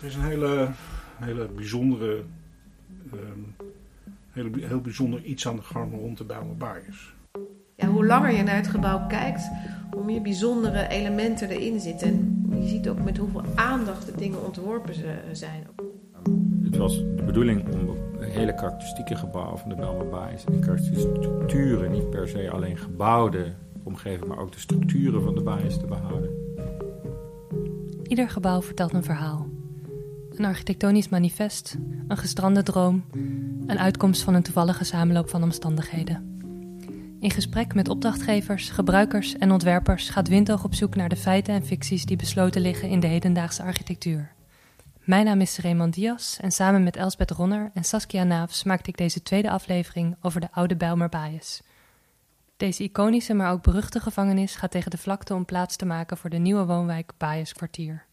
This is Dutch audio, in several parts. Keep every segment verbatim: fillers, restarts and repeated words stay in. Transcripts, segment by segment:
Het is een hele, hele bijzondere, um, hele, heel bijzonder iets aan de gang rond de Bijlmerbaaiers. Ja, hoe langer je naar het gebouw kijkt, hoe meer bijzondere elementen erin zitten. En je ziet ook met hoeveel aandacht de dingen ontworpen zijn. Het was de bedoeling om hele karakteristieke gebouwen van de Bijlmerbaaiers en karakteristieke structuren, niet per se alleen gebouwde omgeving, maar ook de structuren van de baaiers te behouden. Ieder gebouw vertelt een verhaal. Een architectonisch manifest, een gestrande droom, een uitkomst van een toevallige samenloop van omstandigheden. In gesprek met opdrachtgevers, gebruikers en ontwerpers gaat Windhoek op zoek naar de feiten en ficties die besloten liggen in de hedendaagse architectuur. Mijn naam is Raymond Dias en samen met Elsbeth Ronner en Saskia Naafs maakte ik deze tweede aflevering over de oude Bijlmerbaaiers. Deze iconische, maar ook beruchte gevangenis gaat tegen de vlakte om plaats te maken voor de nieuwe woonwijk Baaijerskwartier.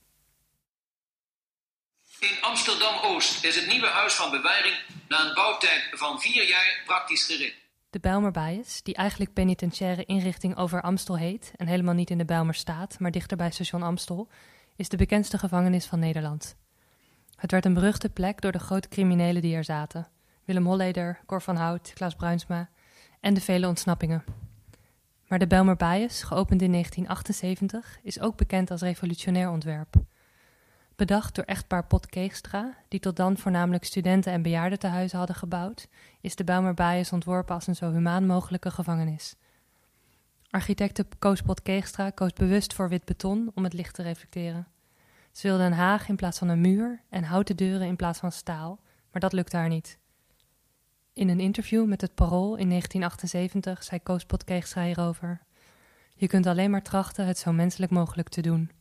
In Amsterdam-Oost is het nieuwe huis van bewaring na een bouwtijd van vier jaar praktisch gereed. De Bijlmerbaaiers, die eigenlijk penitentiaire inrichting over Amstel heet en helemaal niet in de Bijlmer staat, maar dichter bij station Amstel, is de bekendste gevangenis van Nederland. Het werd een beruchte plek door de grote criminelen die er zaten. Willem Holleder, Cor van Hout, Klaas Bruinsma en de vele ontsnappingen. Maar de Bijlmerbaaiers, geopend in negentien achtenzeventig, is ook bekend als revolutionair ontwerp. Bedacht door echtpaar Pot Keegstra, die tot dan voornamelijk studenten- en bejaardentehuizen hadden gebouwd, is de Bijlmerbaaiers ontworpen als een zo humaan mogelijke gevangenis. Architecte Koos Pot Keegstra koos bewust voor wit beton om het licht te reflecteren. Ze wilde een haag in plaats van een muur en houten deuren in plaats van staal, maar dat lukte haar niet. In een interview met het Parool in negentien achtenzeventig zei Koos Pot Keegstra hierover: "Je kunt alleen maar trachten het zo menselijk mogelijk te doen."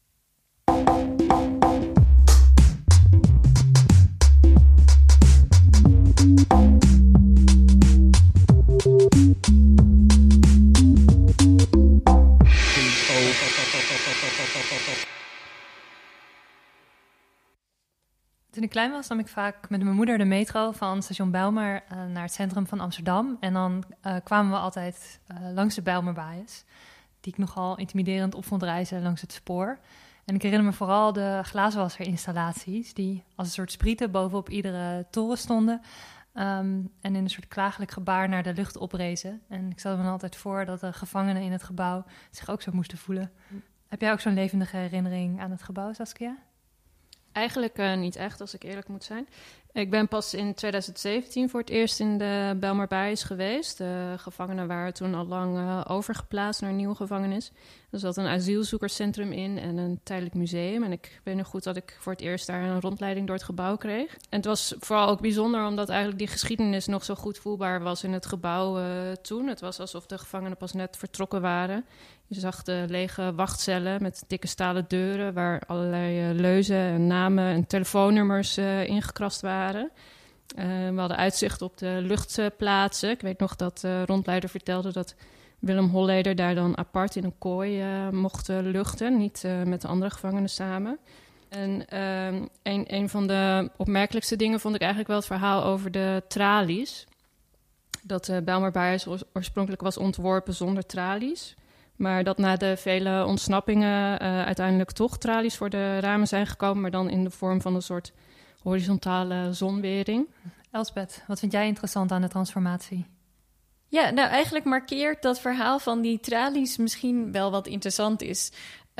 Toen ik klein was, nam ik vaak met mijn moeder de metro van station Bijlmer uh, naar het centrum van Amsterdam. En dan uh, kwamen we altijd uh, langs de Bijlmerbaaiers, die ik nogal intimiderend op vond reizen langs het spoor. En ik herinner me vooral de glazenwasserinstallaties, die als een soort sprieten bovenop iedere toren stonden. Um, en in een soort klagelijk gebaar naar de lucht oprezen. En ik stelde me dan altijd voor dat de gevangenen in het gebouw zich ook zo moesten voelen. Mm. Heb jij ook zo'n levendige herinnering aan het gebouw, Saskia? Eigenlijk uh, niet echt, als ik eerlijk moet zijn. Ik ben pas in twintig zeventien voor het eerst in de Bijlmerbaaiers geweest. De gevangenen waren toen al lang uh, overgeplaatst naar een nieuwe gevangenis. Er zat een asielzoekerscentrum in en een tijdelijk museum. En ik weet nog goed dat ik voor het eerst daar een rondleiding door het gebouw kreeg. En het was vooral ook bijzonder omdat eigenlijk die geschiedenis nog zo goed voelbaar was in het gebouw uh, toen. Het was alsof de gevangenen pas net vertrokken waren. Je zag de lege wachtcellen met dikke stalen deuren waar allerlei uh, leuzen en namen en telefoonnummers uh, ingekrast waren. Uh, we hadden uitzicht op de luchtplaatsen. Ik weet nog dat de rondleider vertelde dat Willem Holleder daar dan apart in een kooi uh, mocht uh, luchten, niet uh, met de andere gevangenen samen. En uh, een, een van de opmerkelijkste dingen vond ik eigenlijk wel het verhaal over de tralies. Dat de uh, Bijlmerbaaiers oorspronkelijk was ontworpen zonder tralies. Maar dat na de vele ontsnappingen uh, uiteindelijk toch tralies voor de ramen zijn gekomen, maar dan in de vorm van een soort horizontale zonwering. Elsbeth, wat vind jij interessant aan de transformatie? Ja, nou eigenlijk markeert dat verhaal van die tralies misschien wel wat interessant is.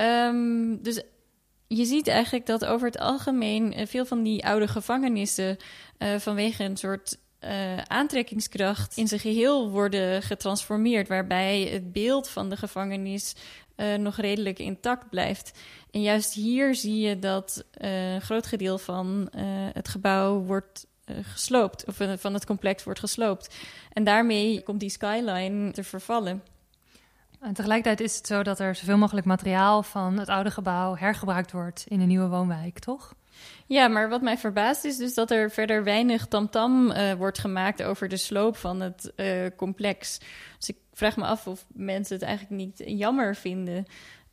Um, dus je ziet eigenlijk dat over het algemeen uh, veel van die oude gevangenissen uh, vanwege een soort Uh, aantrekkingskracht in zijn geheel worden getransformeerd, waarbij het beeld van de gevangenis uh, nog redelijk intact blijft. En juist hier zie je dat uh, een groot gedeelte van uh, het gebouw wordt uh, gesloopt, of uh, van het complex wordt gesloopt. En daarmee komt die skyline te vervallen. En tegelijkertijd is het zo dat er zoveel mogelijk materiaal van het oude gebouw hergebruikt wordt in een nieuwe woonwijk, toch? Ja, maar wat mij verbaast is dus dat er verder weinig tamtam uh, wordt gemaakt over de sloop van het uh, complex. Dus ik vraag me af of mensen het eigenlijk niet jammer vinden.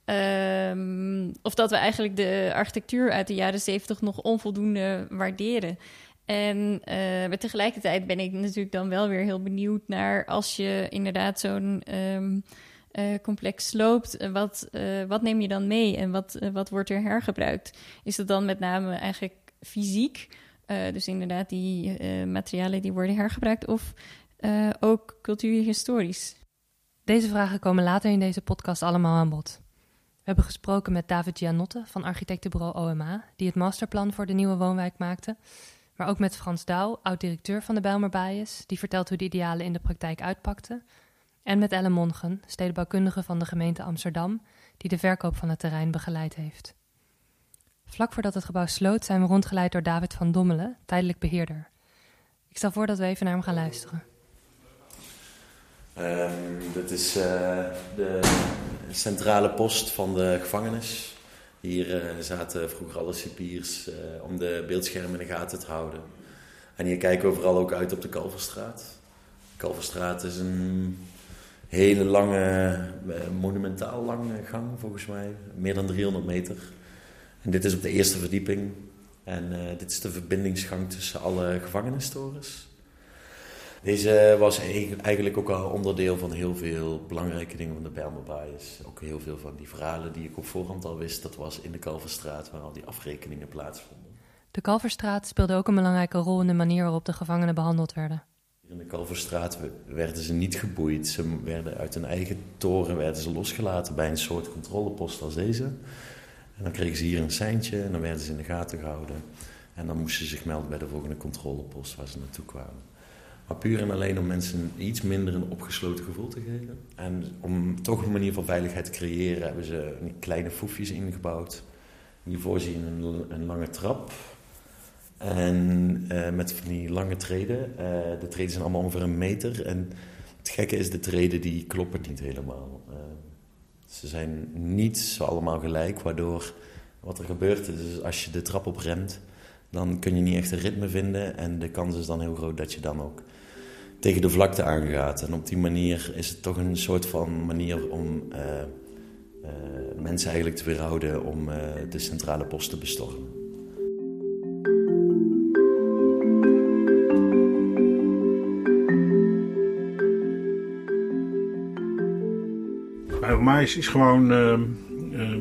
Um, of dat we eigenlijk de architectuur uit de jaren zeventig nog onvoldoende waarderen. En uh, maar tegelijkertijd ben ik natuurlijk dan wel weer heel benieuwd naar als je inderdaad zo'n Um, uh, complex sloopt, uh, wat, uh, wat neem je dan mee en wat, uh, wat wordt er hergebruikt? Is dat dan met name eigenlijk fysiek, uh, dus inderdaad die uh, materialen die worden hergebruikt, of uh, ook cultuurhistorisch? Deze vragen komen later in deze podcast allemaal aan bod. We hebben gesproken met David Gianotte van architectenbureau O M A, die het masterplan voor de nieuwe woonwijk maakte, maar ook met Frans Douw, oud-directeur van de Bijlmerbaaiers, die vertelt hoe de idealen in de praktijk uitpakten, en met Ellen Mongen, stedenbouwkundige van de gemeente Amsterdam, die de verkoop van het terrein begeleid heeft. Vlak voordat het gebouw sloot zijn we rondgeleid door David van Dommelen, tijdelijk beheerder. Ik stel voor dat we even naar hem gaan luisteren. Um, dat is uh, de centrale post van de gevangenis. Hier uh, zaten vroeger alle cipiers uh, om de beeldschermen in de gaten te houden. En hier kijken we vooral ook uit op de Kalverstraat. De Kalverstraat is een hele lange, uh, monumentaal lange gang volgens mij. Meer dan driehonderd meter. En dit is op de eerste verdieping. En uh, dit is de verbindingsgang tussen alle gevangenistorens. Deze was eigenlijk ook al onderdeel van heel veel belangrijke dingen van de Bijlmerbaaiers. Ook heel veel van die verhalen die ik op voorhand al wist, dat was in de Kalverstraat waar al die afrekeningen plaatsvonden. De Kalverstraat speelde ook een belangrijke rol in de manier waarop de gevangenen behandeld werden. In de Kalverstraat werden ze niet geboeid. Ze werden uit hun eigen toren werden ze losgelaten bij een soort controlepost als deze. En dan kregen ze hier een seintje en dan werden ze in de gaten gehouden. En dan moesten ze zich melden bij de volgende controlepost waar ze naartoe kwamen. Maar puur en alleen om mensen iets minder een opgesloten gevoel te geven. En om toch een manier van veiligheid te creëren hebben ze kleine foefjes ingebouwd. Hiervoor zie je een, een lange trap. En uh, met van die lange treden. Uh, de treden zijn allemaal ongeveer een meter. En het gekke is, de treden die kloppen niet helemaal. Uh, ze zijn niet zo allemaal gelijk. Waardoor wat er gebeurt is, als je de trap op remt, dan kun je niet echt een ritme vinden. En de kans is dan heel groot dat je dan ook tegen de vlakte aangaat. En op die manier is het toch een soort van manier om uh, uh, mensen eigenlijk te weerhouden om uh, de centrale post te bestormen. Bijlmerbaaiers is gewoon uh, uh,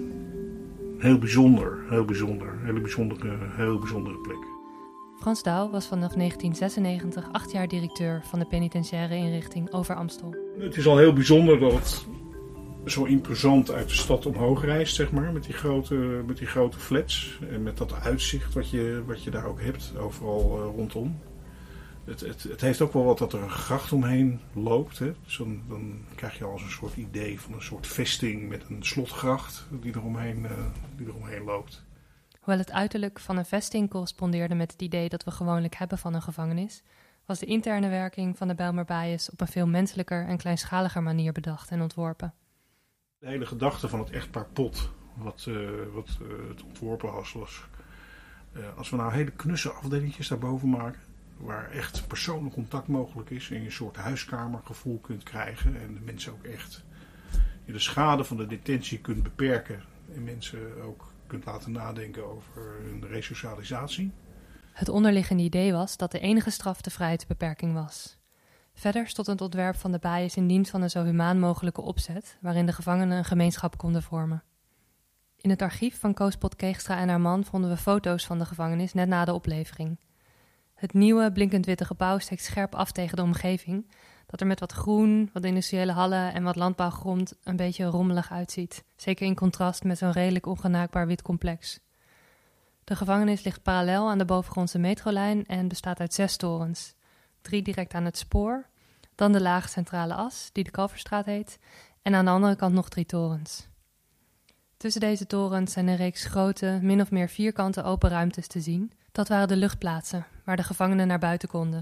heel bijzonder, heel bijzonder, hele bijzondere, heel bijzondere plek. Frans Douw was vanaf negentien zesennegentig acht jaar directeur van de penitentiaire inrichting Over-Amstel. Het is al heel bijzonder dat het zo imposant uit de stad omhoog reist, zeg maar, met die grote, met die grote flats. En met dat uitzicht wat je, wat je daar ook hebt, overal uh, rondom. Het, het, het heeft ook wel wat dat er een gracht omheen loopt. Hè. Dus dan, dan krijg je al een soort idee van een soort vesting met een slotgracht die er omheen, uh, die er omheen loopt. Hoewel het uiterlijk van een vesting correspondeerde met het idee dat we gewoonlijk hebben van een gevangenis, was de interne werking van de Bijlmerbaaiers op een veel menselijker en kleinschaliger manier bedacht en ontworpen. De hele gedachte van het echtpaar Pot, wat, uh, wat uh, het ontworpen was, was uh, als we nou hele knusse afdelingjes daarboven maken, waar echt persoonlijk contact mogelijk is en je een soort huiskamergevoel kunt krijgen en de mensen ook echt je de schade van de detentie kunt beperken en mensen ook kunt laten nadenken over hun resocialisatie. Het onderliggende idee was dat de enige straf de vrijheidsbeperking was. Verder stond het ontwerp van de baaiers in dienst van een zo humaan mogelijke opzet, waarin de gevangenen een gemeenschap konden vormen. In het archief van Koos Pot-Keegstra en haar man vonden we foto's van de gevangenis net na de oplevering. Het nieuwe, blinkend witte gebouw steekt scherp af tegen de omgeving, dat er met wat groen, wat industriële hallen en wat landbouwgrond een beetje rommelig uitziet. Zeker in contrast met zo'n redelijk ongenaakbaar wit complex. De gevangenis ligt parallel aan de bovengrondse metrolijn en bestaat uit zes torens. Drie direct aan het spoor, dan de lage centrale as, die de Kalverstraat heet, en aan de andere kant nog drie torens. Tussen deze torens zijn een reeks grote, min of meer vierkante open ruimtes te zien. Dat waren de luchtplaatsen, waar de gevangenen naar buiten konden.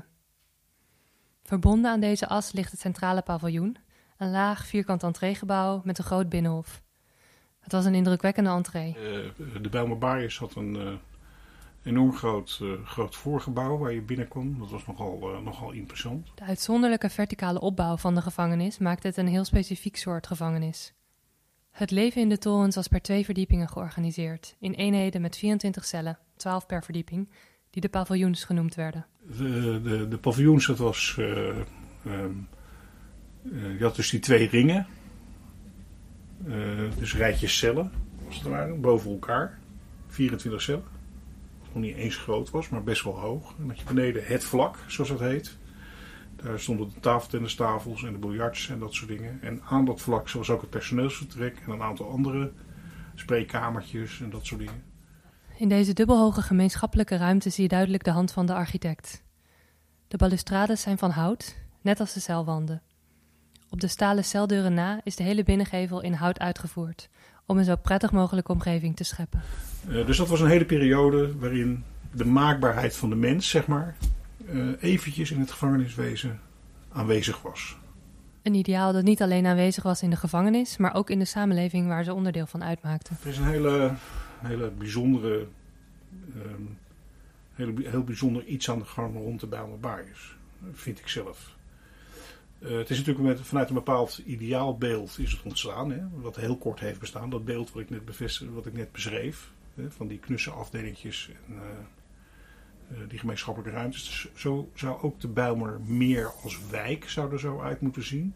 Verbonden aan deze as ligt het centrale paviljoen, een laag vierkant entreegebouw met een groot binnenhof. Het was een indrukwekkende entree. Uh, de Bijlmerbaaiers had een uh, enorm groot, uh, groot voorgebouw waar je binnenkwam. Dat was nogal, uh, nogal imposant. De uitzonderlijke verticale opbouw van de gevangenis maakte het een heel specifiek soort gevangenis. Het leven in de torens was per twee verdiepingen georganiseerd, in eenheden met vierentwintig cellen, twaalf per verdieping, die de paviljoens genoemd werden. De, de, de paviljoens, dat was, uh, um, uh, je had dus die twee ringen, Uh, dus rijtjes cellen, als het ware, boven elkaar. vierentwintig cellen. Wat nog niet eens groot was, maar best wel hoog. En dat je beneden het vlak, zoals dat heet. Daar stonden de tafeltennistafels en de biljarts en dat soort dingen. En aan dat vlak was ook het personeelsvertrek en een aantal andere spreekkamertjes en dat soort dingen. In deze dubbelhoge gemeenschappelijke ruimte zie je duidelijk de hand van de architect. De balustrades zijn van hout, net als de celwanden. Op de stalen celdeuren na is de hele binnengevel in hout uitgevoerd, om een zo prettig mogelijke omgeving te scheppen. Uh, dus dat was een hele periode waarin de maakbaarheid van de mens, zeg maar, uh, eventjes in het gevangeniswezen aanwezig was. Een ideaal dat niet alleen aanwezig was in de gevangenis, maar ook in de samenleving waar ze onderdeel van uitmaakten. Er is een hele, hele bijzondere, um, hele, heel bijzonder iets aan de gang rond de Bijlmerbaaiers, vind ik zelf. Uh, het is natuurlijk met, vanuit een bepaald ideaalbeeld is het ontstaan, hè, wat heel kort heeft bestaan. Dat beeld wat ik net, bevestig, wat ik net beschreef, hè, van die knusse afdelingjes en uh, uh, die gemeenschappelijke ruimtes. Dus zo zou ook de Bijlmermeer als wijk zou er zo uit moeten zien.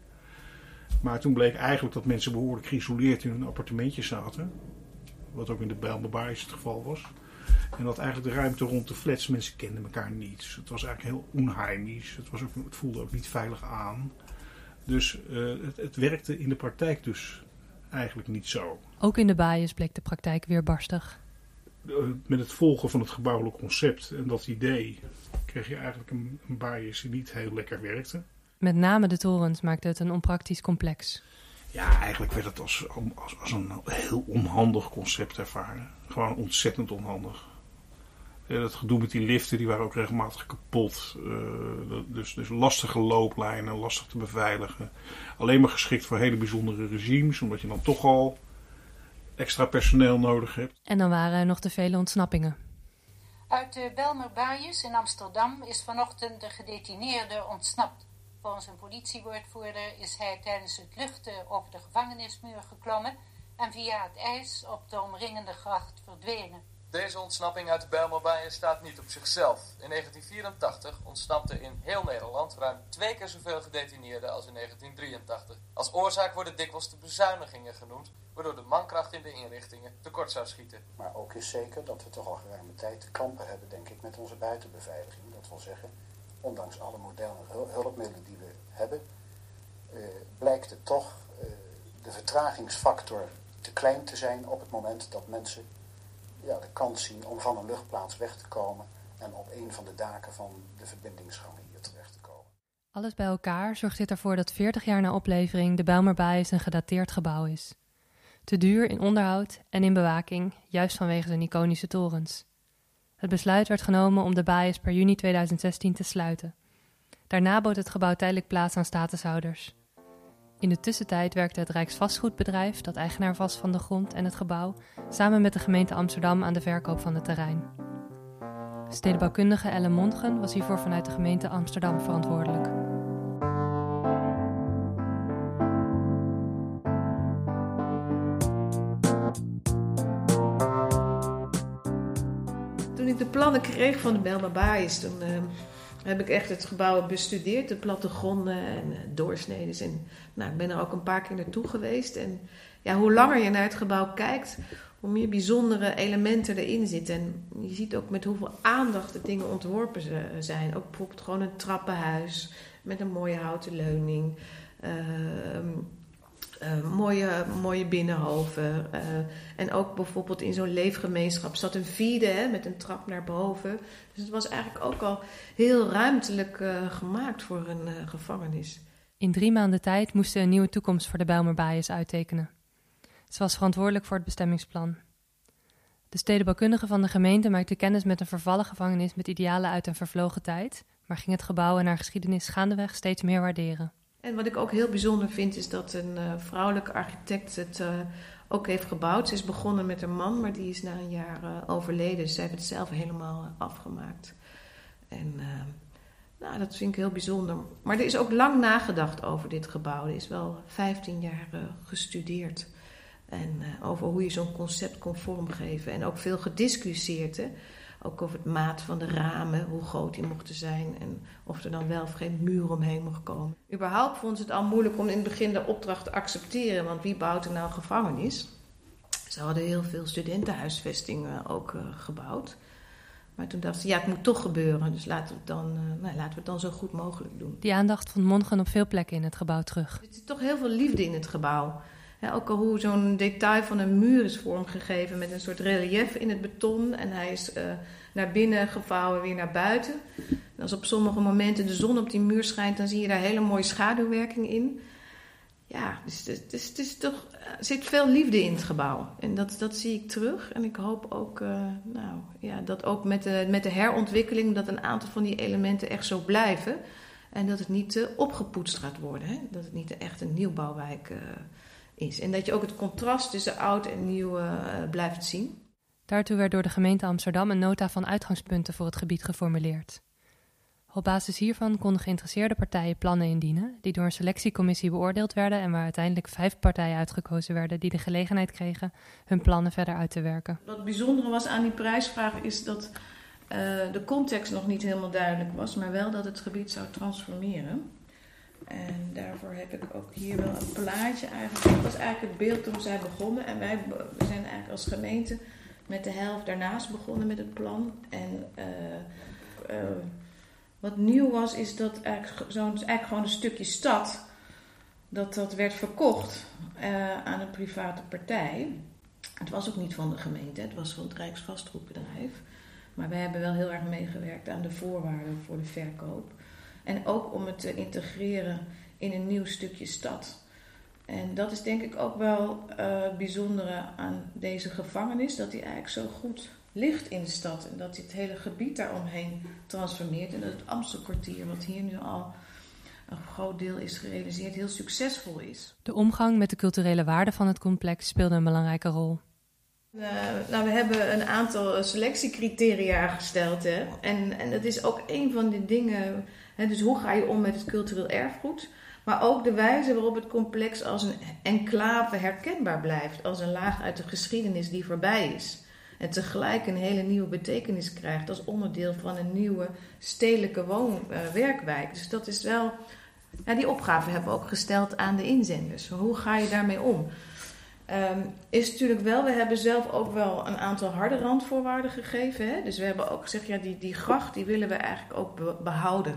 Maar toen bleek eigenlijk dat mensen behoorlijk geïsoleerd in hun appartementjes zaten. Wat ook in de Bijlmerbaaiers het geval was. En dat eigenlijk de ruimte rond de flats, mensen kenden elkaar niet. Het was eigenlijk heel onheimisch. Het, was ook, het voelde ook niet veilig aan. Dus uh, het, het werkte in de praktijk dus eigenlijk niet zo. Ook in de baaiers bleek de praktijk weerbarstig. Uh, met het volgen van het gebouwelijk concept en dat idee kreeg je eigenlijk een, een baaiers die niet heel lekker werkte. Met name de torens maakte het een onpraktisch complex. Ja, eigenlijk werd het als, als, als een heel onhandig concept ervaren. Gewoon ontzettend onhandig. Ja, dat gedoe met die liften, die waren ook regelmatig kapot. Uh, dus, dus lastige looplijnen, lastig te beveiligen. Alleen maar geschikt voor hele bijzondere regimes, omdat je dan toch al extra personeel nodig hebt. En dan waren er nog de vele ontsnappingen. Uit de Bijlmerbaaiers in Amsterdam is vanochtend de gedetineerde ontsnapt. Volgens een politiewoordvoerder is hij tijdens het luchten over de gevangenismuur geklommen en via het ijs op de omringende gracht verdwenen. Deze ontsnapping uit de Bijlmerbaaiers staat niet op zichzelf. In negentien vierentachtig ontsnapten in heel Nederland ruim twee keer zoveel gedetineerden als in negentien drieëntachtig. Als oorzaak worden dikwijls de bezuinigingen genoemd, waardoor de mankracht in de inrichtingen tekort zou schieten. Maar ook is zeker dat we toch al geruime tijd te kampen hebben, denk ik, met onze buitenbeveiliging. Dat wil zeggen, ondanks alle moderne hulpmiddelen die we hebben, uh, blijkt het toch uh, de vertragingsfactor te klein te zijn op het moment dat mensen ja, de kans zien om van een luchtplaats weg te komen en op een van de daken van de verbindingsgangen hier terecht te komen. Alles bij elkaar zorgt dit ervoor dat veertig jaar na oplevering de Bijlmerbaaiers een gedateerd gebouw is. Te duur in onderhoud en in bewaking, juist vanwege zijn iconische torens. Het besluit werd genomen om de baaiers per juni tweeduizend zestien te sluiten. Daarna bood het gebouw tijdelijk plaats aan statushouders. In de tussentijd werkte het Rijksvastgoedbedrijf, dat eigenaar was van de grond en het gebouw, samen met de gemeente Amsterdam aan de verkoop van het terrein. Stedenbouwkundige Ellen Mongen was hiervoor vanuit de gemeente Amsterdam verantwoordelijk. Toen ik de plannen kreeg van de Bijlmerbaaiers, toen uh, heb ik echt het gebouw bestudeerd, de plattegronden en uh, doorsneden. En nou, ik ben er ook een paar keer naartoe geweest. En ja, hoe langer je naar het gebouw kijkt, hoe meer bijzondere elementen erin zitten. En je ziet ook met hoeveel aandacht de dingen ontworpen zijn. Ook bijvoorbeeld gewoon een trappenhuis met een mooie houten leuning. Uh, Uh, mooie, mooie binnenhoven. Uh, en ook bijvoorbeeld in zo'n leefgemeenschap zat een vide hè, met een trap naar boven. Dus het was eigenlijk ook al heel ruimtelijk uh, gemaakt voor een uh, gevangenis. In drie maanden tijd moest ze een nieuwe toekomst voor de Bijlmerbaaiers uittekenen. Ze was verantwoordelijk voor het bestemmingsplan. De stedenbouwkundige van de gemeente maakte kennis met een vervallen gevangenis met idealen uit een vervlogen tijd, maar ging het gebouw en haar geschiedenis gaandeweg steeds meer waarderen. En wat ik ook heel bijzonder vind is dat een uh, vrouwelijke architect het uh, ook heeft gebouwd. Ze is begonnen met een man, maar die is na een jaar uh, overleden. Dus zij heeft het zelf helemaal uh, afgemaakt. En uh, nou, dat vind ik heel bijzonder. Maar er is ook lang nagedacht over dit gebouw. Er is wel vijftien jaar uh, gestudeerd. En uh, over hoe je zo'n concept kon vormgeven. En ook veel gediscussieerd. Hè? Ook over het maat van de ramen, hoe groot die mochten zijn en of er dan wel of geen muur omheen mocht komen. Überhaupt vonden ze het al moeilijk om in het begin de opdracht te accepteren, want wie bouwt er nou een gevangenis? Ze hadden heel veel studentenhuisvestingen ook uh, gebouwd. Maar toen dachten ze, ja, het moet toch gebeuren, dus laten we het dan, uh, nou, laten we het dan zo goed mogelijk doen. Die aandacht vond Monnigen op veel plekken in het gebouw terug. Er zit toch heel veel liefde in het gebouw. Ja, ook al hoe zo'n detail van een muur is vormgegeven met een soort relief in het beton. En hij is uh, naar binnen gevouwen, weer naar buiten. En als op sommige momenten de zon op die muur schijnt, dan zie je daar hele mooie schaduwwerking in. Ja, dus het is, het is toch, er zit veel liefde in het gebouw. En dat, dat zie ik terug. En ik hoop ook uh, nou, ja, dat ook met de, met de herontwikkeling dat een aantal van die elementen echt zo blijven. En dat het niet uh, opgepoetst gaat worden. Hè? Dat het niet echt een nieuwbouwwijk uh, is. En dat je ook het contrast tussen oud en nieuw uh, blijft zien. Daartoe werd door de gemeente Amsterdam een nota van uitgangspunten voor het gebied geformuleerd. Op basis hiervan konden geïnteresseerde partijen plannen indienen, die door een selectiecommissie beoordeeld werden en waar uiteindelijk vijf partijen uitgekozen werden die de gelegenheid kregen hun plannen verder uit te werken. Wat bijzonder was aan die prijsvraag is dat uh, de context nog niet helemaal duidelijk was, maar wel dat het gebied zou transformeren. En daarvoor heb ik ook hier wel een plaatje eigenlijk. Dat was eigenlijk het beeld toen zij begonnen. En wij we zijn eigenlijk als gemeente met de helft daarnaast begonnen met het plan. En uh, uh, wat nieuw was, is dat eigenlijk, zo'n, eigenlijk gewoon een stukje stad, dat dat werd verkocht uh, aan een private partij. Het was ook niet van de gemeente, het was van het Rijksvastgoedbedrijf. Maar wij hebben wel heel erg meegewerkt aan de voorwaarden voor de verkoop. En ook om het te integreren in een nieuw stukje stad. En dat is denk ik ook wel het uh, bijzondere aan deze gevangenis. Dat die eigenlijk zo goed ligt in de stad. En dat het hele gebied daaromheen transformeert. En dat het Amstelkwartier, wat hier nu al een groot deel is gerealiseerd, heel succesvol is. De omgang met de culturele waarden van het complex speelde een belangrijke rol. Uh, nou, we hebben een aantal selectiecriteria gesteld. Hè? En, en dat is ook een van de dingen. Hè? Dus hoe ga je om met het cultureel erfgoed? Maar ook de wijze waarop het complex als een enclave herkenbaar blijft. Als een laag uit de geschiedenis die voorbij is. En tegelijk een hele nieuwe betekenis krijgt als onderdeel van een nieuwe stedelijke woon-werkwijk. Uh, dus dat is wel. Ja, die opgave hebben we ook gesteld aan de inzenders. Hoe ga je daarmee om? Um, is natuurlijk wel, we hebben zelf ook wel een aantal harde randvoorwaarden gegeven. Hè? Dus we hebben ook gezegd, ja, die, die gracht die willen we eigenlijk ook be- behouden.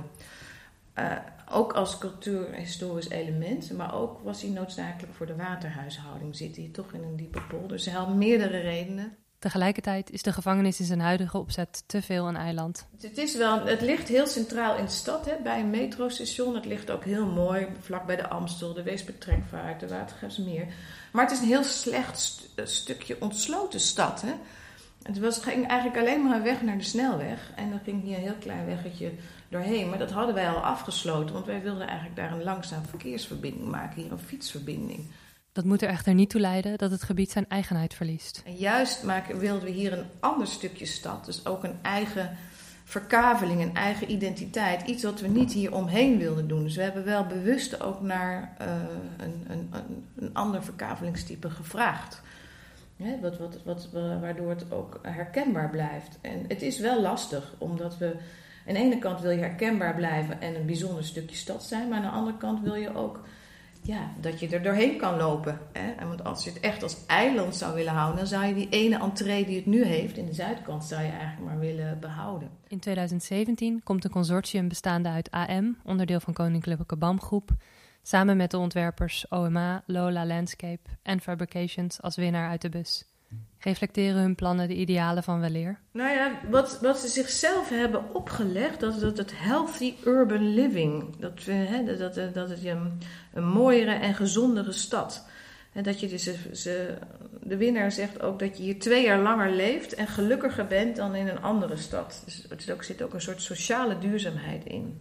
Uh, ook als cultuurhistorisch element, maar ook was die noodzakelijk voor de waterhuishouding. Zit die toch in een diepe polder. Dus er helpen meerdere redenen. Tegelijkertijd is de gevangenis in zijn huidige opzet te veel een eiland. Het, is wel, het ligt heel centraal in de stad, hè, bij een metrostation. Het ligt ook heel mooi vlak bij de Amstel, de Weespertrekvaart, de Watergraafsmeer. Maar het is een heel slecht st- stukje ontsloten stad. Hè. Het was, ging eigenlijk alleen maar een weg naar de snelweg. En dan ging hier een heel klein weggetje doorheen. Maar dat hadden wij al afgesloten, want wij wilden eigenlijk daar een langzaam verkeersverbinding maken. Hier een fietsverbinding. Dat moet er echter niet toe leiden dat het gebied zijn eigenheid verliest. En juist maken, wilden we hier een ander stukje stad. Dus ook een eigen verkaveling, een eigen identiteit. Iets wat we niet hier omheen wilden doen. Dus we hebben wel bewust ook naar uh, een, een, een, een ander verkavelingstype gevraagd. Hè, wat, wat, wat, waardoor het ook herkenbaar blijft. En het is wel lastig, omdat we. Aan de ene kant wil je herkenbaar blijven en een bijzonder stukje stad zijn. Maar aan de andere kant wil je ook. Ja, dat je er doorheen kan lopen. Hè? En want als je het echt als eiland zou willen houden, dan zou je die ene entree die het nu heeft, in de zuidkant, zou je eigenlijk maar willen behouden. In twintig zeventien komt een consortium bestaande uit A M, onderdeel van Koninklijke B A M Groep, samen met de ontwerpers O M A, Lola Landscape en Fabrications als winnaar uit de bus. Reflecteren hun plannen de idealen van weleer? Nou ja, wat, wat ze zichzelf hebben opgelegd, dat is dat het healthy urban living. Dat, we, hè, dat, dat, dat het een, een mooiere en gezondere stad. En dat je dus, ze, de winnaar zegt ook dat je hier twee jaar langer leeft en gelukkiger bent dan in een andere stad. Dus er ook, zit ook een soort sociale duurzaamheid in.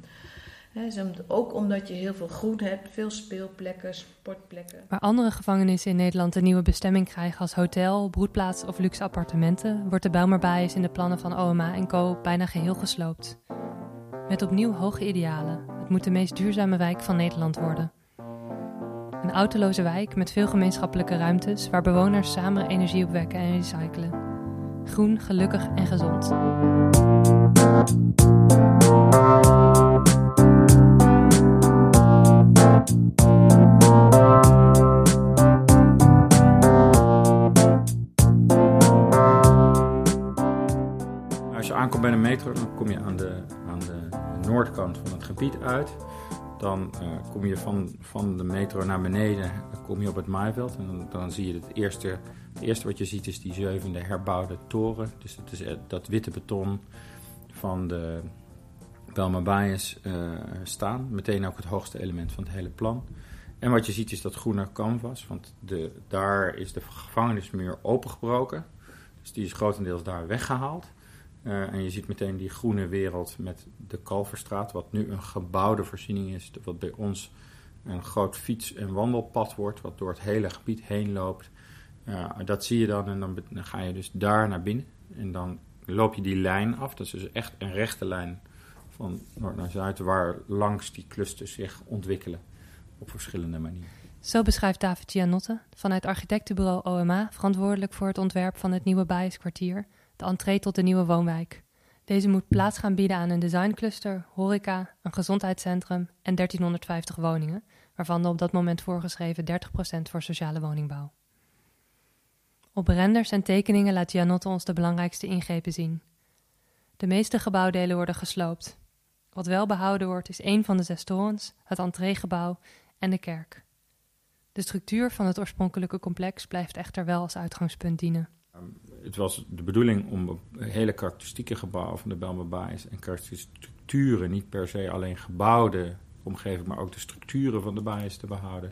He, ook omdat je heel veel groen hebt, veel speelplekken, sportplekken. Waar andere gevangenissen in Nederland een nieuwe bestemming krijgen als hotel, broedplaats of luxe appartementen, wordt de Bijlmerbaaiers in de plannen van O M A en Co. bijna geheel gesloopt. Met opnieuw hoge idealen. Het moet de meest duurzame wijk van Nederland worden. Een autoloze wijk met veel gemeenschappelijke ruimtes waar bewoners samen energie opwekken en recyclen. Groen, gelukkig en gezond. Als je aankomt bij de metro, dan kom je aan de, aan de noordkant van het gebied uit. Dan uh, kom je van, van de metro naar beneden, dan kom je op het maaiveld. En dan, dan zie je het eerste, het eerste wat je ziet is die zevende herbouwde toren. Dus het is dat witte beton van de Bijlmer Baaijes uh, staan. Meteen ook het hoogste element van het hele plan. En wat je ziet is dat groene canvas, want de, daar is de gevangenismuur opengebroken. Dus die is grotendeels daar weggehaald. Uh, en je ziet meteen die groene wereld met de Kalverstraat, wat nu een gebouwde voorziening is, wat bij ons een groot fiets- en wandelpad wordt, wat door het hele gebied heen loopt. Uh, dat zie je dan en dan, dan ga je dus daar naar binnen. En dan loop je die lijn af, dat is dus echt een rechte lijn van noord naar zuid, waar langs die clusters zich ontwikkelen op verschillende manieren. Zo beschrijft David Gianotte vanuit architectenbureau O M A, verantwoordelijk voor het ontwerp van het nieuwe Baaieskwartier, de entree tot de nieuwe woonwijk. Deze moet plaats gaan bieden aan een designcluster, horeca, een gezondheidscentrum en dertienhonderdvijftig woningen, waarvan de op dat moment voorgeschreven dertig procent voor sociale woningbouw. Op renders en tekeningen laat Gianotte ons de belangrijkste ingrepen zien. De meeste gebouwdelen worden gesloopt. Wat wel behouden wordt is één van de zes torens, het entreegebouw en de kerk. De structuur van het oorspronkelijke complex blijft echter wel als uitgangspunt dienen. Het was de bedoeling om hele karakteristieke gebouwen van de Bijlmer Baaijes en karakteristieke structuren, niet per se alleen gebouwde omgeving, maar ook de structuren van de Baaijes te behouden.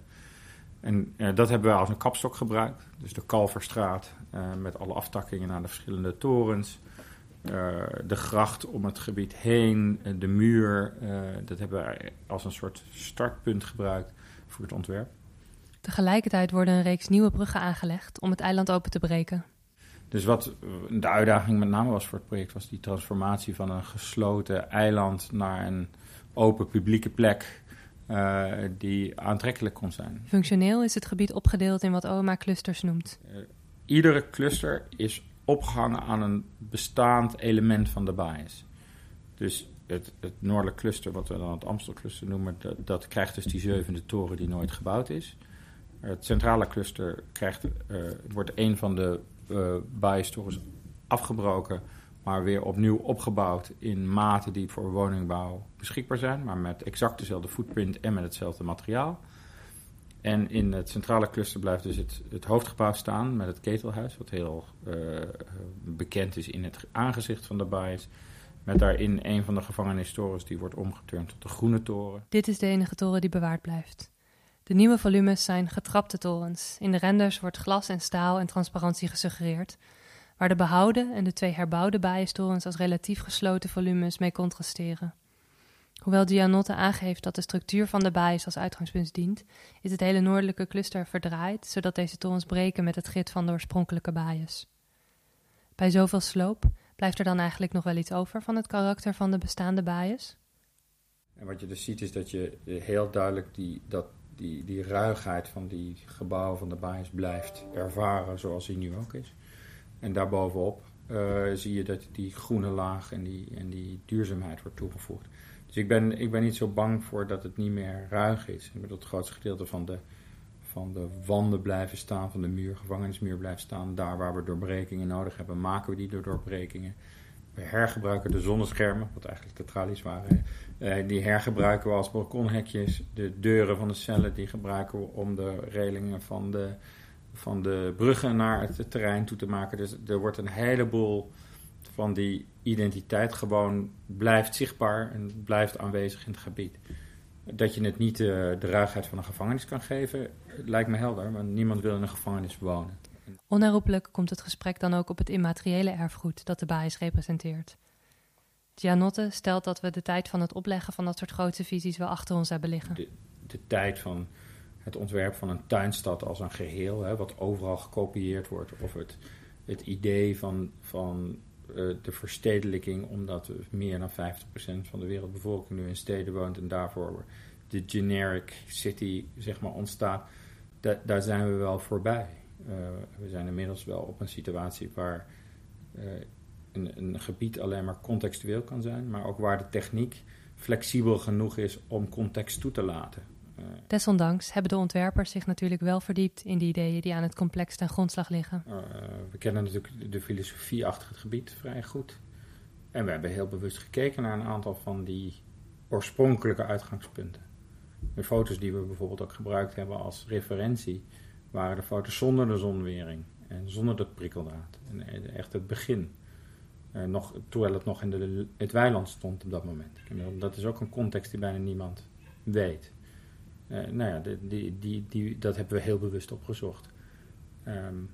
En uh, dat hebben we als een kapstok gebruikt. Dus de Kalverstraat uh, met alle aftakkingen naar de verschillende torens. Uh, de gracht om het gebied heen, uh, de muur. Uh, dat hebben we als een soort startpunt gebruikt voor het ontwerp. Tegelijkertijd worden een reeks nieuwe bruggen aangelegd om het eiland open te breken. Dus wat de uitdaging met name was voor het project, was die transformatie van een gesloten eiland naar een open publieke plek uh, die aantrekkelijk kon zijn. Functioneel is het gebied opgedeeld in wat O M A clusters noemt. Uh, iedere cluster is opgehangen aan een bestaand element van de Baaijes. Dus het, het noordelijk cluster, wat we dan het Amstelcluster noemen, dat, dat krijgt dus die zevende toren die nooit gebouwd is. Het centrale cluster krijgt, uh, wordt een van de uh, Baaijestorens afgebroken, maar weer opnieuw opgebouwd in maten die voor woningbouw beschikbaar zijn, maar met exact dezelfde footprint en met hetzelfde materiaal. En in het centrale cluster blijft dus het, het hoofdgebouw staan met het ketelhuis, wat heel uh, bekend is in het aangezicht van de Baaijes. Met daarin een van de gevangenistorens die wordt omgeturnd tot de groene toren. Dit is de enige toren die bewaard blijft. De nieuwe volumes zijn getrapte torens. In de renders wordt glas en staal en transparantie gesuggereerd, waar de behouden en de twee herbouwde Baaijestorens als relatief gesloten volumes mee contrasteren. Hoewel Gianotte aangeeft dat de structuur van de Baaijes als uitgangspunt dient, is het hele noordelijke cluster verdraaid, zodat deze torens breken met het grid van de oorspronkelijke Baaijes. Bij zoveel sloop blijft er dan eigenlijk nog wel iets over van het karakter van de bestaande Baaijes? En wat je dus ziet is dat je heel duidelijk die, dat, die, die ruigheid van die gebouwen van de Baaijes blijft ervaren zoals die nu ook is. En daarbovenop uh, zie je dat die groene laag en die, en die duurzaamheid wordt toegevoegd. Dus ik ben, ik ben niet zo bang voor dat het niet meer ruig is. Ik bedoel, het grootste gedeelte van de, van de wanden blijven staan, van de muur, gevangenismuur blijft staan. Daar waar we doorbrekingen nodig hebben, maken we die door doorbrekingen. We hergebruiken de zonneschermen, wat eigenlijk de tralies waren. Uh, die hergebruiken we als balkonhekjes. De deuren van de cellen, die gebruiken we om de relingen van de, van de bruggen naar het terrein toe te maken. Dus er wordt een heleboel van die identiteit gewoon blijft zichtbaar en blijft aanwezig in het gebied. Dat je het niet uh, de ruigheid van een gevangenis kan geven, lijkt me helder, want niemand wil in een gevangenis wonen. Onherroepelijk komt het gesprek dan ook op het immateriële erfgoed dat de Baaijes representeert. Gianotte stelt dat we de tijd van het opleggen van dat soort grote visies wel achter ons hebben liggen. De, de tijd van het ontwerp van een tuinstad als een geheel, hè, wat overal gekopieerd wordt, of het, het idee van, van uh, de verstedelijking, omdat meer dan vijftig procent van de wereldbevolking nu in steden woont en daarvoor de generic city zeg maar ontstaat, da, daar zijn we wel voorbij. Uh, we zijn inmiddels wel op een situatie waar uh, een, een gebied alleen maar contextueel kan zijn, maar ook waar de techniek flexibel genoeg is om context toe te laten. Uh, Desondanks hebben de ontwerpers zich natuurlijk wel verdiept in die ideeën die aan het complex ten grondslag liggen. Uh, we kennen natuurlijk de filosofie achter het gebied vrij goed. En we hebben heel bewust gekeken naar een aantal van die oorspronkelijke uitgangspunten. De foto's die we bijvoorbeeld ook gebruikt hebben als referentie waren de foto's zonder de zonwering en zonder de prikkeldraad. En echt het begin. Uh, nog, terwijl het nog in de, het weiland stond op dat moment. En dat is ook een context die bijna niemand weet. Uh, nou ja, die, die, die, die, dat hebben we heel bewust opgezocht. Um,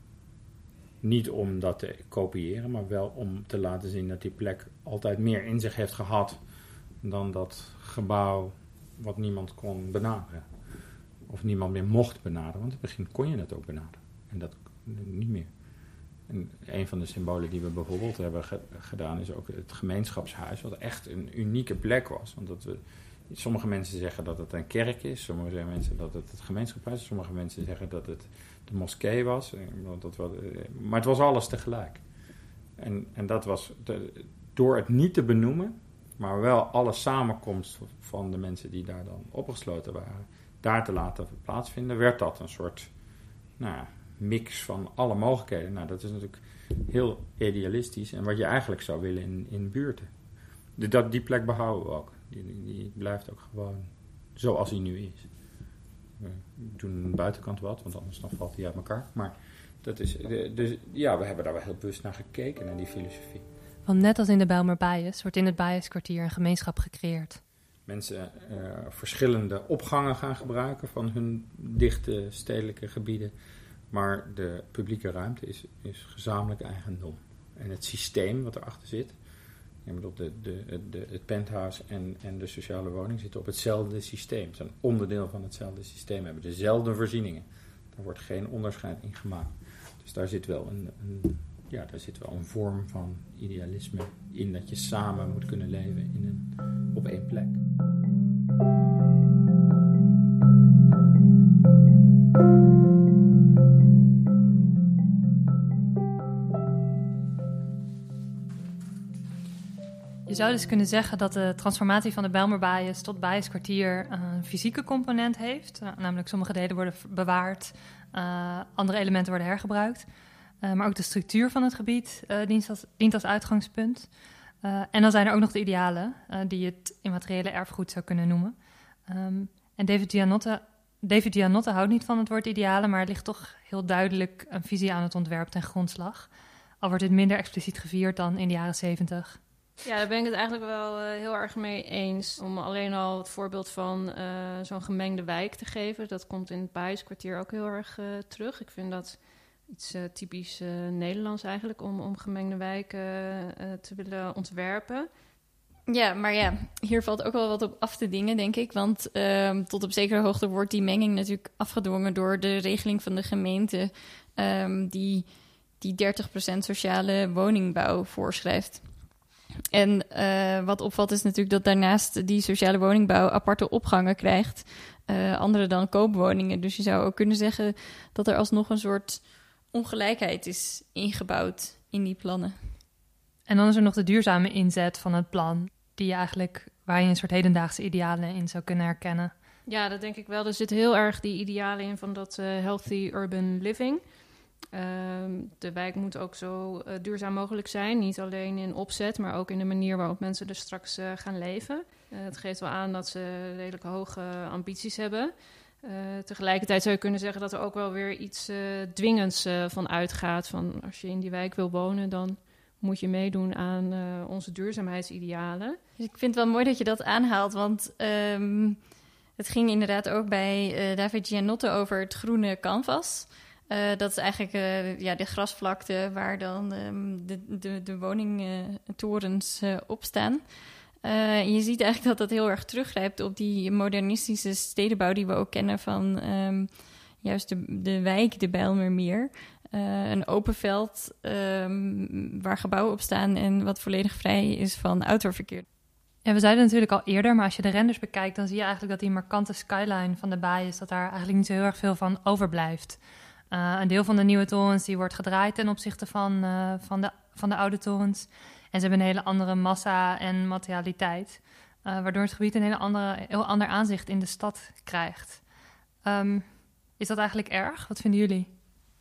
niet om dat te kopiëren, maar wel om te laten zien dat die plek altijd meer in zich heeft gehad dan dat gebouw wat niemand kon benaderen. Of niemand meer mocht benaderen, want in het begin kon je het ook benaderen. En dat niet meer. En een van de symbolen die we bijvoorbeeld hebben ge- gedaan is ook het gemeenschapshuis, wat echt een unieke plek was. Want dat we, sommige mensen zeggen dat het een kerk is, sommige mensen dat het het gemeenschapshuis is, sommige mensen zeggen dat het de moskee was. Dat was maar het was alles tegelijk. En, en dat was de, door het niet te benoemen, maar wel alle samenkomst van de mensen die daar dan opgesloten waren, daar te laten plaatsvinden, werd dat een soort nou ja, mix van alle mogelijkheden. Nou, dat is natuurlijk heel idealistisch en wat je eigenlijk zou willen in, in buurten. De, dat, die plek behouden we ook. Die, die, die blijft ook gewoon zoals die nu is. We doen aan de buitenkant wat, want anders dan valt hij uit elkaar. Maar dat is, dus ja, we hebben daar wel heel bewust naar gekeken, naar die filosofie. Want net als in de Bijlmerbijes wordt in het Bijenskwartier een gemeenschap gecreëerd. Mensen uh, verschillende opgangen gaan gebruiken van hun dichte stedelijke gebieden. Maar de publieke ruimte is, is gezamenlijk eigendom. En het systeem wat erachter zit, ik bedoel, de, de, de, het penthouse en, en de sociale woning zitten op hetzelfde systeem. Ze zijn onderdeel van hetzelfde systeem, hebben dezelfde voorzieningen. Daar wordt geen onderscheid in gemaakt. Dus daar zit wel een, een, ja, daar zit wel een vorm van idealisme in, dat je samen moet kunnen leven in een, op één plek. Je zou dus kunnen zeggen dat de transformatie van de Bijlmerbijes tot Bijenskwartier een fysieke component heeft. Uh, namelijk sommige delen worden bewaard, uh, andere elementen worden hergebruikt. Uh, maar ook de structuur van het gebied uh, dient, als, dient als uitgangspunt. Uh, en dan zijn er ook nog de idealen, uh, die je het immateriële erfgoed zou kunnen noemen. Um, en David Gianotte, David Gianotte houdt niet van het woord idealen, maar er ligt toch heel duidelijk een visie aan het ontwerp ten grondslag. Al wordt dit minder expliciet gevierd dan in de jaren zeventig. Ja, daar ben ik het eigenlijk wel uh, heel erg mee eens. Om alleen al het voorbeeld van uh, zo'n gemengde wijk te geven. Dat komt in het Bijenskwartier ook heel erg uh, terug. Ik vind dat iets uh, typisch uh, Nederlands eigenlijk, om, om gemengde wijken uh, te willen ontwerpen. Ja, maar ja, hier valt ook wel wat op af te dingen, denk ik. Want uh, tot op zekere hoogte wordt die menging natuurlijk afgedwongen door de regeling van de gemeente, um, die, die dertig procent sociale woningbouw voorschrijft. En uh, wat opvalt is natuurlijk dat daarnaast die sociale woningbouw aparte opgangen krijgt, uh, andere dan koopwoningen. Dus je zou ook kunnen zeggen dat er alsnog een soort ongelijkheid is ingebouwd in die plannen. En dan is er nog de duurzame inzet van het plan, die je eigenlijk, waar je een soort hedendaagse idealen in zou kunnen herkennen. Ja, dat denk ik wel. Er zit heel erg die idealen in van dat uh, healthy urban living. Uh, de wijk moet ook zo uh, duurzaam mogelijk zijn. Niet alleen in opzet, maar ook in de manier waarop mensen er straks uh, gaan leven. Uh, het geeft wel aan dat ze redelijk hoge ambities hebben. Uh, tegelijkertijd zou je kunnen zeggen dat er ook wel weer iets uh, dwingends uh, van uitgaat. Van als je in die wijk wil wonen, dan moet je meedoen aan uh, onze duurzaamheidsidealen. Dus ik vind het wel mooi dat je dat aanhaalt, want um, het ging inderdaad ook bij uh, David Gianotte over het groene canvas. Uh, dat is eigenlijk uh, ja, de grasvlakte waar dan um, de, de, de woningtorens uh, op staan. Uh, je ziet eigenlijk dat dat heel erg teruggrijpt op die modernistische stedenbouw die we ook kennen van um, juist de, de wijk, de Bijlmermeer. Uh, een open veld um, waar gebouwen op staan en wat volledig vrij is van autoverkeer. Ja, we zeiden natuurlijk al eerder, maar als je de renders bekijkt, dan zie je eigenlijk dat die markante skyline van de Bijes, dat daar eigenlijk niet zo heel erg veel van overblijft. Uh, een deel van de nieuwe torens die wordt gedraaid ten opzichte van, uh, van, de, van de oude torens. En ze hebben een hele andere massa en materialiteit. Uh, waardoor het gebied een hele andere, heel ander aanzicht in de stad krijgt. Um, is dat eigenlijk erg? Wat vinden jullie?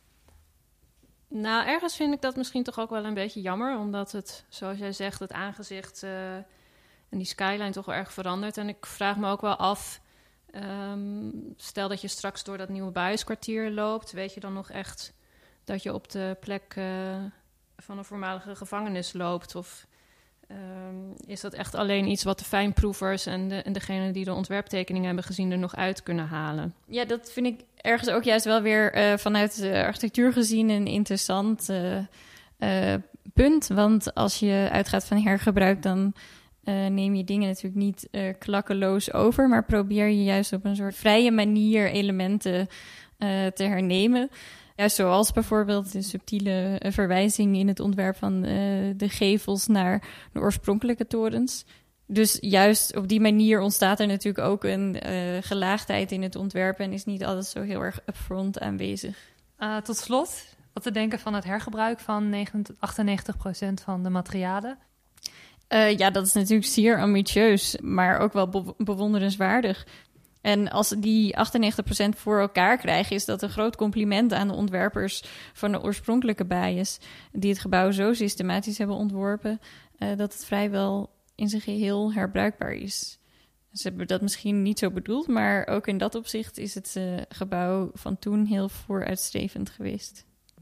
Nou, ergens vind ik dat misschien toch ook wel een beetje jammer. Omdat het, zoals jij zegt, het aangezicht uh, en die skyline toch wel erg verandert. En ik vraag me ook wel af... Um, stel dat je straks door dat nieuwe Buiskwartier loopt, weet je dan nog echt dat je op de plek uh, van een voormalige gevangenis loopt? Of um, is dat echt alleen iets wat de fijnproevers en, de, en degenen die de ontwerptekeningen hebben gezien er nog uit kunnen halen? Ja, dat vind ik ergens ook juist wel weer uh, vanuit de architectuur gezien een interessant uh, uh, punt. Want als je uitgaat van hergebruik, dan Uh, neem je dingen natuurlijk niet uh, klakkeloos over, maar probeer je juist op een soort vrije manier elementen uh, te hernemen. Juist zoals bijvoorbeeld de subtiele uh, verwijzing in het ontwerp van uh, de gevels naar de oorspronkelijke torens. Dus juist op die manier ontstaat er natuurlijk ook een uh, gelaagdheid in het ontwerp en is niet altijd zo heel erg upfront aanwezig. Uh, tot slot, wat te denken van het hergebruik van achtennegentig procent van de materialen? Uh, ja, dat is natuurlijk zeer ambitieus, maar ook wel be- bewonderenswaardig. En als die achtennegentig procent voor elkaar krijgen, is dat een groot compliment aan de ontwerpers van de oorspronkelijke Baaijes, die het gebouw zo systematisch hebben ontworpen, uh, dat het vrijwel in zijn geheel herbruikbaar is. Ze hebben dat misschien niet zo bedoeld, maar ook in dat opzicht is het uh, gebouw van toen heel vooruitstrevend geweest.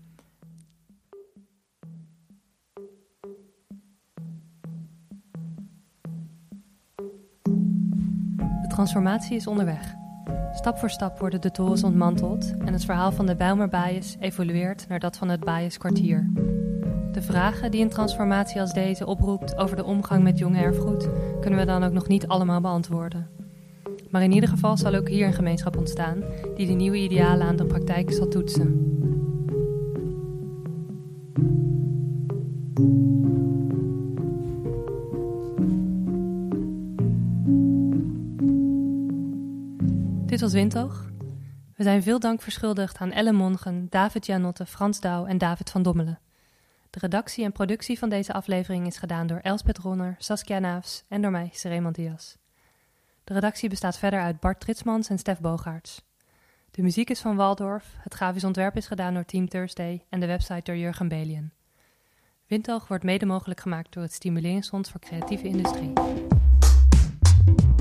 De transformatie is onderweg. Stap voor stap worden de torens ontmanteld en het verhaal van de Bijlmer Baaijes evolueert naar dat van het Baaieskwartier. De vragen die een transformatie als deze oproept over de omgang met jong erfgoed kunnen we dan ook nog niet allemaal beantwoorden. Maar in ieder geval zal ook hier een gemeenschap ontstaan die de nieuwe idealen aan de praktijk zal toetsen. Dit was Windhoog. We zijn veel dank verschuldigd aan Ellen Mongen, David Janotte, Frans Douw en David van Dommelen. De redactie en productie van deze aflevering is gedaan door Elspeth Ronner, Saskia Naafs en door mij, Serema Diaz. De redactie bestaat verder uit Bart Tritsmans en Stef Bogaerts. De muziek is van Waldorf, het grafisch ontwerp is gedaan door Team Thursday en de website door Jurgen Belien. Windhoog wordt mede mogelijk gemaakt door het Stimuleringsfonds voor Creatieve Industrie.